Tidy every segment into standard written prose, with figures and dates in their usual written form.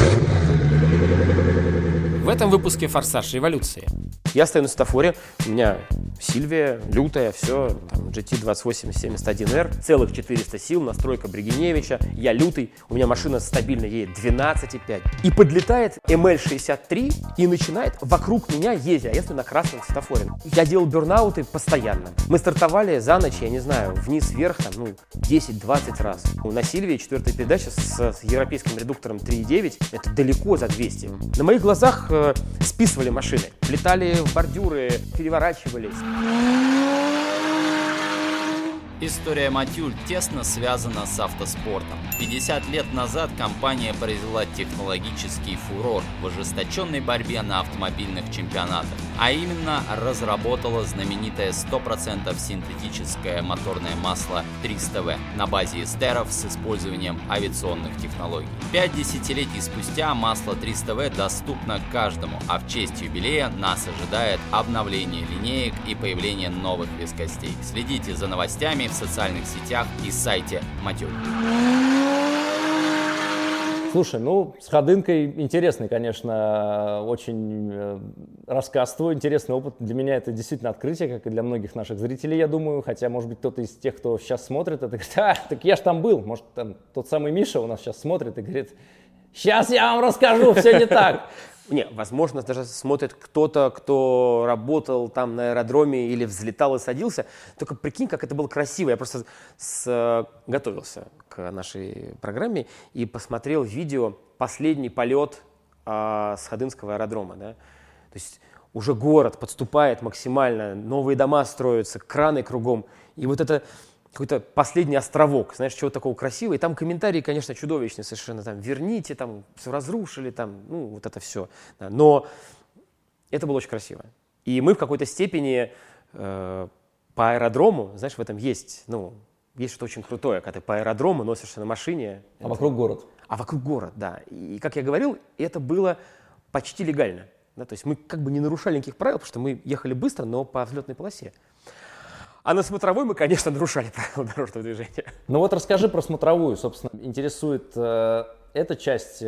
В этом выпуске «Форсаж революции». Я стою на светофоре, у меня Сильвия, лютая, все, там, GT2871R, целых 400 сил, настройка Бригиневича, я лютый, у меня машина стабильно едет 12,5. И подлетает ML63 и начинает вокруг меня ездить, а я стою на красном светофоре. Я делал бёрнауты постоянно. Мы стартовали за ночь, я не знаю, вниз-вверх, там, 10-20 раз. На Сильвии 4-я передача с европейским редуктором 3.9, это далеко за 200. На моих глазах списывали машины, влетали в бордюры, переворачивались. История Матюль тесно связана с автоспортом. 50 лет назад компания произвела технологический фурор в ожесточенной борьбе на автомобильных чемпионатах, а именно разработала знаменитое 100% синтетическое моторное масло 300В на базе эстеров с использованием авиационных технологий. 5 десятилетий спустя масло 300В доступно каждому, а в честь юбилея нас ожидает обновление линеек и появление новых вескостей. Следите за новостями в социальных сетях и сайте Матюль. Слушай, с Ходынкой интересный, конечно, очень рассказ твой, интересный опыт. Для меня это действительно открытие, как и для многих наших зрителей, я думаю. Хотя, может быть, кто-то из тех, кто сейчас смотрит, это говорит, так я ж там был. Может, там тот самый Миша у нас сейчас смотрит и говорит, сейчас я вам расскажу, все не так. Не, возможно, даже смотрит кто-то, кто работал там на аэродроме или взлетал и садился. Только прикинь, как это было красиво. Я просто готовился к нашей программе и посмотрел видео «Последний полет с Ходынского аэродрома». Да? То есть уже город подступает максимально, новые дома строятся, краны кругом. И вот это какой-то последний островок, знаешь, чего такого красивого. И там комментарии, конечно, чудовищные совершенно. Там, верните, там, все разрушили, там, вот это все. Да. Но это было очень красиво. И мы в какой-то степени по аэродрому, знаешь, в этом есть, есть что-то очень крутое, когда ты по аэродрому носишься на машине. А вокруг город. А вокруг город, да. И, как я говорил, это было почти легально. Да. То есть мы как бы не нарушали никаких правил, потому что мы ехали быстро, но по взлетной полосе. А на смотровой мы, конечно, нарушали правила дорожного движения. Расскажи про смотровую, собственно. Интересует эта часть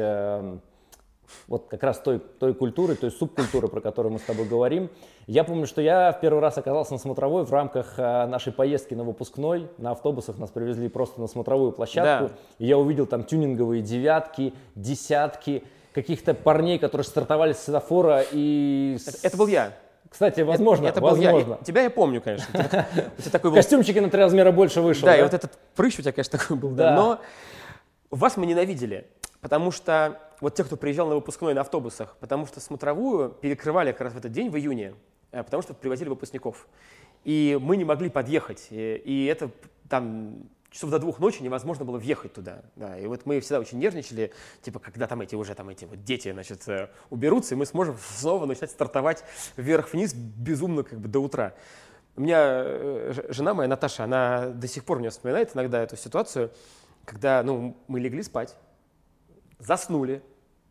вот как раз той культуры, той субкультуры, про которую мы с тобой говорим. Я помню, что я в первый раз оказался на смотровой в рамках нашей поездки на выпускной. На автобусах нас привезли просто на смотровую площадку. Да. И я увидел там тюнинговые девятки, десятки, каких-то парней, которые стартовали с светофора и... Это был я. Кстати, возможно. Это был я. Тебя я помню, конечно. В костюмчике на 3 размера больше вышел. Да, и вот этот прыщ у тебя, конечно, такой был. Да. Но вас мы ненавидели, потому что вот те, кто приезжал на выпускной на автобусах, потому что смотровую перекрывали как раз в этот день, в июне, потому что привозили выпускников. И мы не могли подъехать. И это там... Часов до 2 ночи невозможно было въехать туда. Да. И вот мы всегда очень нервничали, когда там эти дети, уберутся, и мы сможем снова начать стартовать вверх-вниз безумно до утра. У меня жена моя, Наташа, она до сих пор мне вспоминает иногда эту ситуацию, когда мы легли спать, заснули,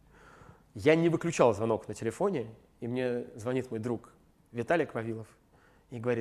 я не выключал звонок на телефоне, и мне звонит мой друг Виталик Вавилов и говорит,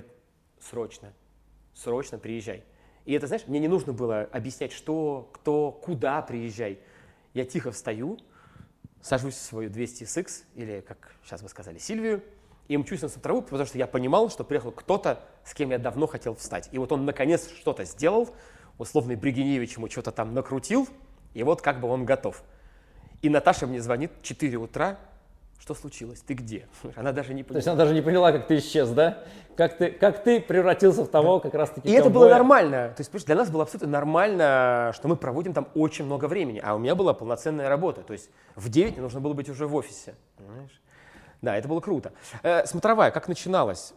срочно приезжай. И это, знаешь, мне не нужно было объяснять, что, кто, куда приезжай. Я тихо встаю, сажусь в свою 200SX, или, как сейчас вы сказали, Сильвию, и мчусь на смотровую, потому что я понимал, что приехал кто-то, с кем я давно хотел встать. И вот он, наконец, что-то сделал, условный Бригиневич ему что-то там накрутил, и вот как бы он готов. И Наташа мне звонит в 4 утра, что случилось, ты где? Она даже не поняла. То есть она даже не поняла, как ты исчез, да? Как ты превратился в того, как раз-таки И это было нормально. То есть, для нас было абсолютно нормально, что мы проводим там очень много времени. А у меня была полноценная работа. То есть в 9 мне нужно было быть уже в офисе. Понимаешь? Да, это было круто. Смотровая, как начиналась?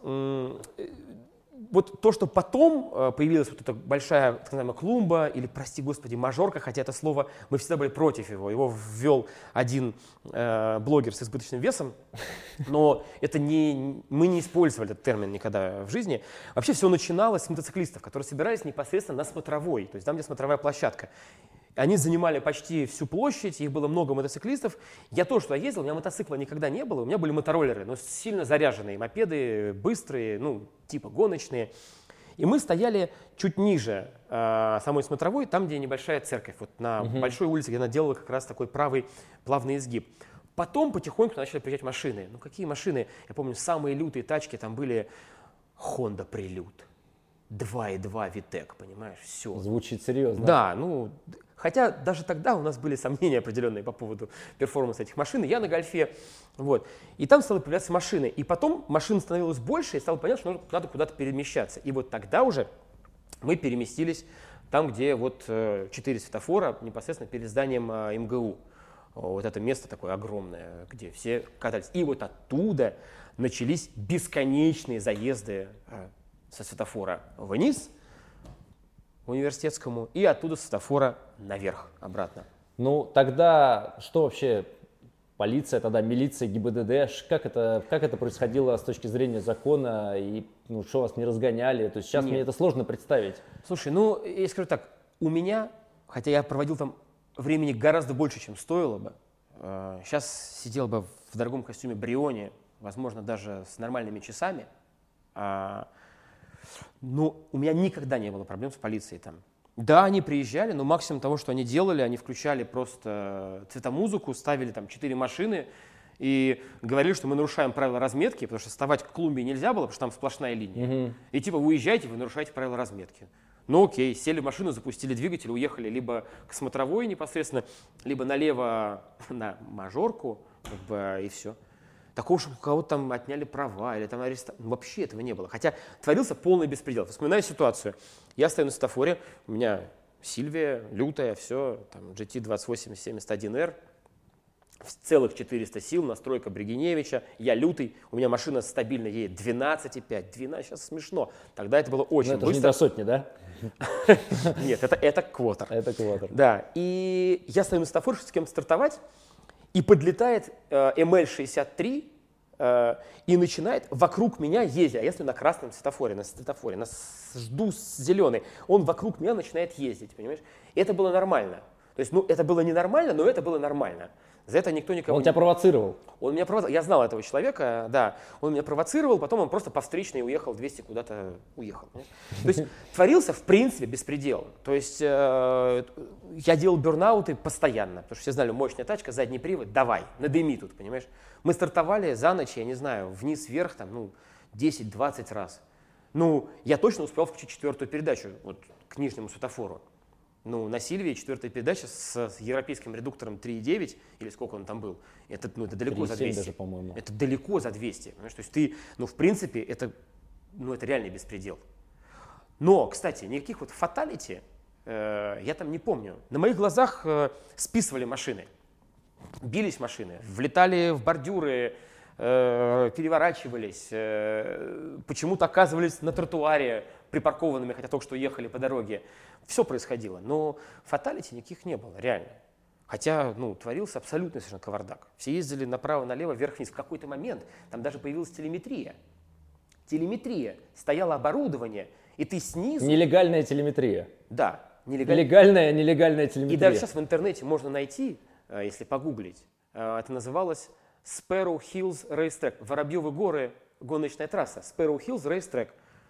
Вот то, что потом появилась вот эта большая, так называемая, клумба, или, прости господи, мажорка, хотя это слово, мы всегда были против его. Его ввел один блогер с избыточным весом, но это мы не использовали этот термин никогда в жизни. Вообще все начиналось с мотоциклистов, которые собирались непосредственно на смотровой, то есть там, где смотровая площадка. Они занимали почти всю площадь, их было много мотоциклистов. Я тоже туда ездил, у меня мотоцикла никогда не было, у меня были мотороллеры, но сильно заряженные, мопеды, быстрые, типа гоночные. И мы стояли чуть ниже самой смотровой, там, где небольшая церковь, вот на большой улице, где она делала как раз такой правый плавный изгиб. Потом потихоньку начали приезжать машины. Ну какие машины? Я помню, самые лютые тачки там были Honda Prelude, 2.2 VTEC, понимаешь, все. Звучит серьезно. Да, ну, хотя даже тогда у нас были сомнения определенные по поводу перформанса этих машин. Я на Гольфе, вот. И там стали появляться машины. И потом машин становилось больше, и стало понятно, что надо куда-то перемещаться. И вот тогда уже мы переместились там, где вот 4 светофора непосредственно перед зданием МГУ. Вот это место такое огромное, где все катались. И вот оттуда начались бесконечные заезды со светофора вниз, университетскому, и оттуда с светофора наверх, обратно. Ну, тогда что вообще полиция, тогда милиция, ГИБДД, как это происходило с точки зрения закона, и ну, что вас не разгоняли? То есть сейчас мне это сложно представить. Слушай, ну, я скажу так, у меня, хотя я проводил там времени гораздо больше, чем стоило бы, сейчас сидел бы в дорогом костюме Бриони, возможно, даже с нормальными часами, но у меня никогда не было проблем с полицией там. Да, они приезжали, но максимум того, что они делали, они включали просто цветомузыку, ставили там 4 машины и говорили, что мы нарушаем правила разметки, потому что вставать к клумбе нельзя было, потому что там сплошная линия. И типа вы уезжаете, вы нарушаете правила разметки. Ну окей, сели в машину, запустили двигатель, уехали либо к смотровой непосредственно, либо налево на мажорку, как бы, и все. Такого, что у кого-то там отняли права или там арестовали. Вообще этого не было. Хотя творился полный беспредел. Вспоминаю ситуацию. Я стою на светофоре, у меня Сильвия, лютая, все, там GT2871R, целых 400 сил, настройка Бригиневича, я лютый, у меня машина стабильно едет 12,5, 12, сейчас смешно. Тогда это было очень быстро. Это же не до сотни, да? Нет, это квотер. Это квотер. Да, и я стою на светофоре, чтобы с кем-то стартовать, и подлетает ML63 и начинает вокруг меня ездить. А если на красном светофоре, жду зеленый, он вокруг меня начинает ездить, понимаешь? И это было нормально. То есть, ну, это было ненормально, но это было нормально. За это никто никого... Он тебя провоцировал? Он меня провоцировал. Я знал этого человека, да. Он меня провоцировал, потом он просто по встречной уехал, 200 куда-то уехал. Понимаешь? То есть творился, в принципе, беспредел. То есть я делал бернауты постоянно, потому что все знали, мощная тачка, задний привод, давай, надыми тут, понимаешь? Мы стартовали за ночь, я не знаю, вниз-вверх, там, ну, 10-20 раз. Ну, я точно успел включить 4-ю передачу вот, к нижнему светофору. Ну, на Сильвии 4-я передача с европейским редуктором 3.9, или сколько он там был, это далеко за 200. Даже, по-моему. Это далеко за 200. Понимаешь? То есть ты, ну, в принципе, это реальный беспредел. Но, кстати, никаких вот фаталити я там не помню. На моих глазах списывали машины, бились машины, влетали в бордюры, переворачивались, почему-то оказывались на тротуаре припаркованными, хотя только что ехали по дороге. Все происходило, но фаталити никаких не было, реально. Хотя, ну, творился абсолютно совершенно кавардак. Все ездили направо-налево, вверх-вниз. В какой-то момент там даже появилась телеметрия. Телеметрия. Стояло оборудование, и ты снизу... Нелегальная телеметрия. Да. Нелегальная телеметрия. И даже сейчас в интернете можно найти, если погуглить, это называлось Sparrow Hills Racetrack. Воробьевы горы, гоночная трасса. Sparrow Hills Racetrack.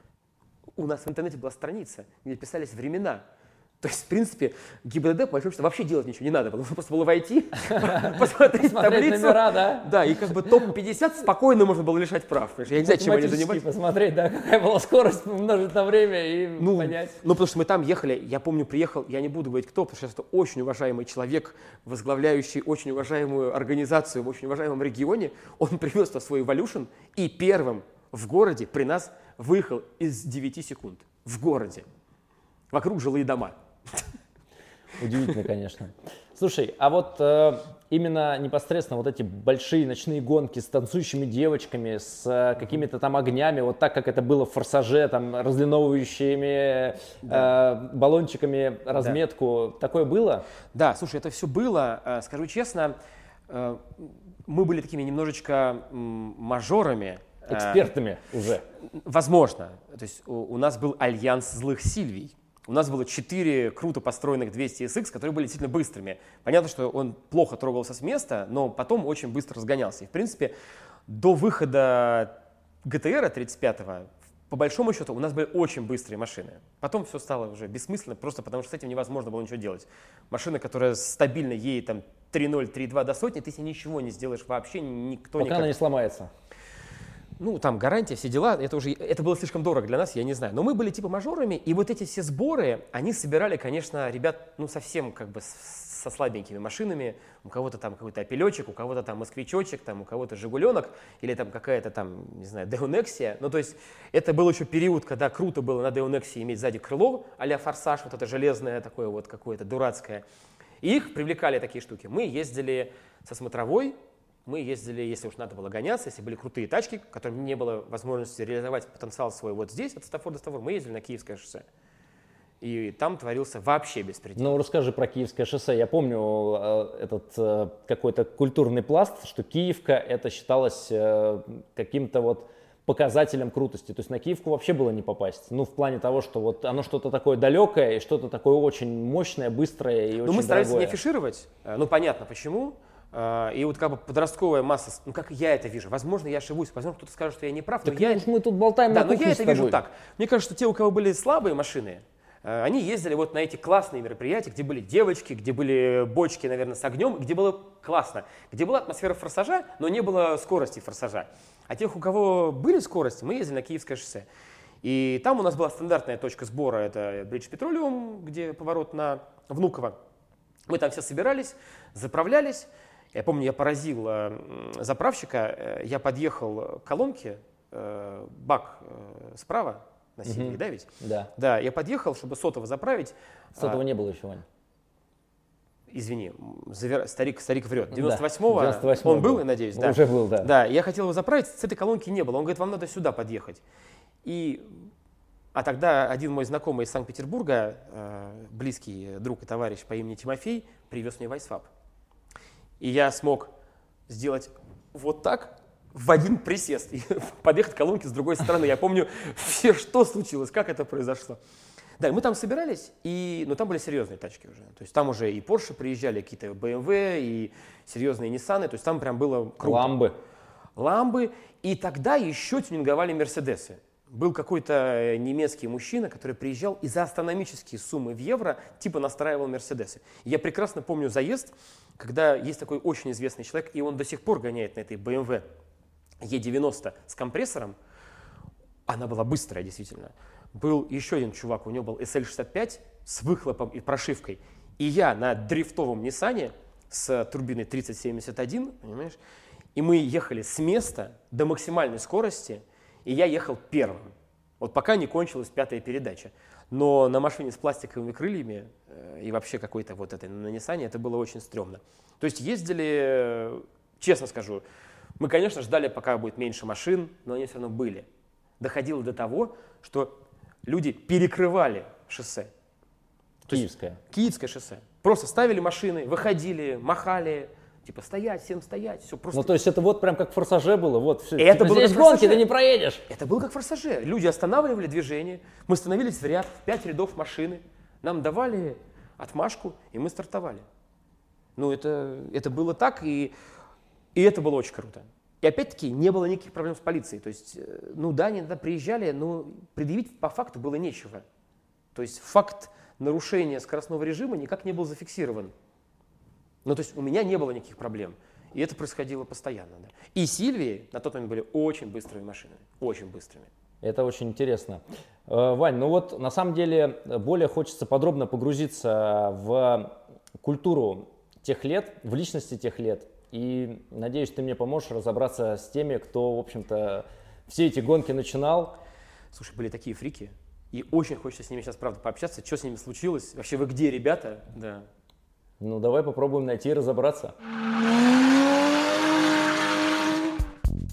У нас в интернете была страница, где писались времена. То есть, в принципе, ГИБДД, по большому счету, вообще делать ничего не надо было. Просто было войти, посмотреть таблицу. Номера, да? Да, и как бы топ-50 спокойно можно было лишать прав. Я не знаю, чем они занимались. Посмотреть, да, какая была скорость, умножить на время и понять. Ну, потому что мы там ехали, я помню, приехал, я не буду говорить кто, потому что это очень уважаемый человек, возглавляющий очень уважаемую организацию в очень уважаемом регионе. Он привез свой Evolution и первым в городе при нас выехал из 9 секунд. В городе. Вокруг жилые дома. Удивительно, конечно. Слушай, а вот именно непосредственно вот эти большие ночные гонки с танцующими девочками, с какими-то там огнями, вот так, как это было в «Форсаже», там, разлиновывающими баллончиками разметку, такое было? Да, слушай, это все было. Скажу честно, мы были такими немножечко мажорами. Экспертами уже. Возможно. То есть у нас был альянс злых Сильвий. У нас было 4 круто построенных 200 SX, которые были действительно быстрыми. Понятно, что он плохо трогался с места, но потом очень быстро разгонялся. И, в принципе, до выхода GTR 35-го по большому счету, у нас были очень быстрые машины. Потом все стало уже бессмысленно, просто потому что с этим невозможно было ничего делать. Машина, которая стабильно едет там 3.0, 3.2 до сотни, ты с ней ничего не сделаешь вообще, никто Пока она не сломается. Ну, там гарантия, все дела, это было слишком дорого для нас, я не знаю. Но мы были типа мажорами, и вот эти все сборы, они собирали, конечно, ребят, ну, совсем как бы со слабенькими машинами. У кого-то там какой-то опелечек, у кого-то там москвичочек, там у кого-то жигуленок, или там какая-то там, не знаю, Деонексия. Ну, то есть это был еще период, когда круто было на Деонексии иметь сзади крыло а-ля Форсаж, вот это железное такое вот какое-то дурацкое. И их привлекали такие штуки. Мы ездили со смотровой, мы ездили, если уж надо было гоняться, если были крутые тачки, которым не было возможности реализовать потенциал свой вот здесь, от Стаффорда до Стаффорда, мы ездили на Киевское шоссе. И там творился вообще беспредел. Ну, расскажи про Киевское шоссе. Я помню этот какой-то культурный пласт, что Киевка это считалось каким-то вот показателем крутости. То есть на Киевку вообще было не попасть. Ну, в плане того, что вот оно что-то такое далекое, и что-то такое очень мощное, быстрое и очень дорогое. Мы старались не афишировать. Ну, понятно почему. И вот как бы подростковая масса, ну как я это вижу, возможно, я ошибусь, возможно, кто-то скажет, что я не прав, так мы тут болтаем на кухне. Да, но я это вижу так. Мне кажется, что те, у кого были слабые машины, они ездили вот на эти классные мероприятия, где были девочки, где были бочки, наверное, с огнем, где было классно, где была атмосфера форсажа, но не было скорости форсажа. А тех, у кого были скорости, мы ездили на Киевское шоссе. И там у нас была стандартная точка сбора, это British Petroleum, где поворот на Внуково. Мы там все собирались, заправлялись. Я помню, я поразил заправщика, я подъехал к колонке, бак справа, на севере, да ведь? Да. Да, я подъехал, чтобы сотово заправить. Сотово не было еще, Вань. Извини, старик врет. 98-го он был, я надеюсь, да? Уже был, да. Да, я хотел его заправить, с этой колонки не было. Он говорит, вам надо сюда подъехать. А тогда один мой знакомый из Санкт-Петербурга, близкий друг и товарищ по имени Тимофей, привез мне Вайсвап. И я смог сделать вот так, в один присест, и подъехать к колонке с другой стороны. Я помню все, что случилось, как это произошло. Да, и мы там собирались, но там были серьезные тачки уже. То есть там уже и Porsche приезжали, какие-то BMW, и серьезные Ниссаны. То есть там прям было круто. Ламбы. И тогда еще тюнинговали Мерседесы. Был какой-то немецкий мужчина, который приезжал и за астрономические суммы в евро типа настраивал Мерседесы. Я прекрасно помню заезд, когда есть такой очень известный человек, и он до сих пор гоняет на этой BMW E90 с компрессором. Она была быстрая, действительно. Был еще один чувак, у него был SL65 с выхлопом и прошивкой. И я на дрифтовом Ниссане с турбиной 3071, понимаешь, и мы ехали с места до максимальной скорости, и я ехал первым. Вот пока не кончилась пятая передача. Но на машине с пластиковыми крыльями и вообще какой-то вот этой на Ниссане это было очень стрёмно. То есть ездили, честно скажу, мы, конечно, ждали, пока будет меньше машин, но они все равно были. Доходило до того, что люди перекрывали шоссе. Киевское. Киевское шоссе. Просто ставили машины, выходили, махали. Типа стоять, всем стоять, все просто. Ну то есть это вот прям как в «Форсаже» было, вот все. Это было здесь гонки, ты не проедешь. Это было как в «Форсаже». Люди останавливали движение, мы становились в ряд, в 5 рядов машины, нам давали отмашку, и мы стартовали. Ну это было так, и это было очень круто. И опять-таки не было никаких проблем с полицией. То есть, ну да, они иногда приезжали, но предъявить по факту было нечего. То есть факт нарушения скоростного режима никак не был зафиксирован. Ну, то есть у меня не было никаких проблем. И это происходило постоянно. Да. И Сильвии на тот момент были очень быстрыми машинами. Очень быстрыми. Это очень интересно. Вань, ну вот на самом деле более хочется подробно погрузиться в культуру тех лет, в личности тех лет. И надеюсь, ты мне поможешь разобраться с теми, кто, в общем-то, все эти гонки начинал. Слушай, были такие фрики. И очень хочется с ними сейчас, правда, пообщаться. Что с ними случилось? Вообще, вы где, ребята? Да. Ну, давай попробуем найти и разобраться.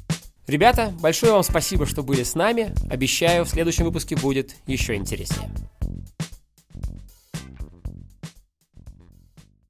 Ребята, большое вам спасибо, что были с нами. Обещаю, в следующем выпуске будет еще интереснее.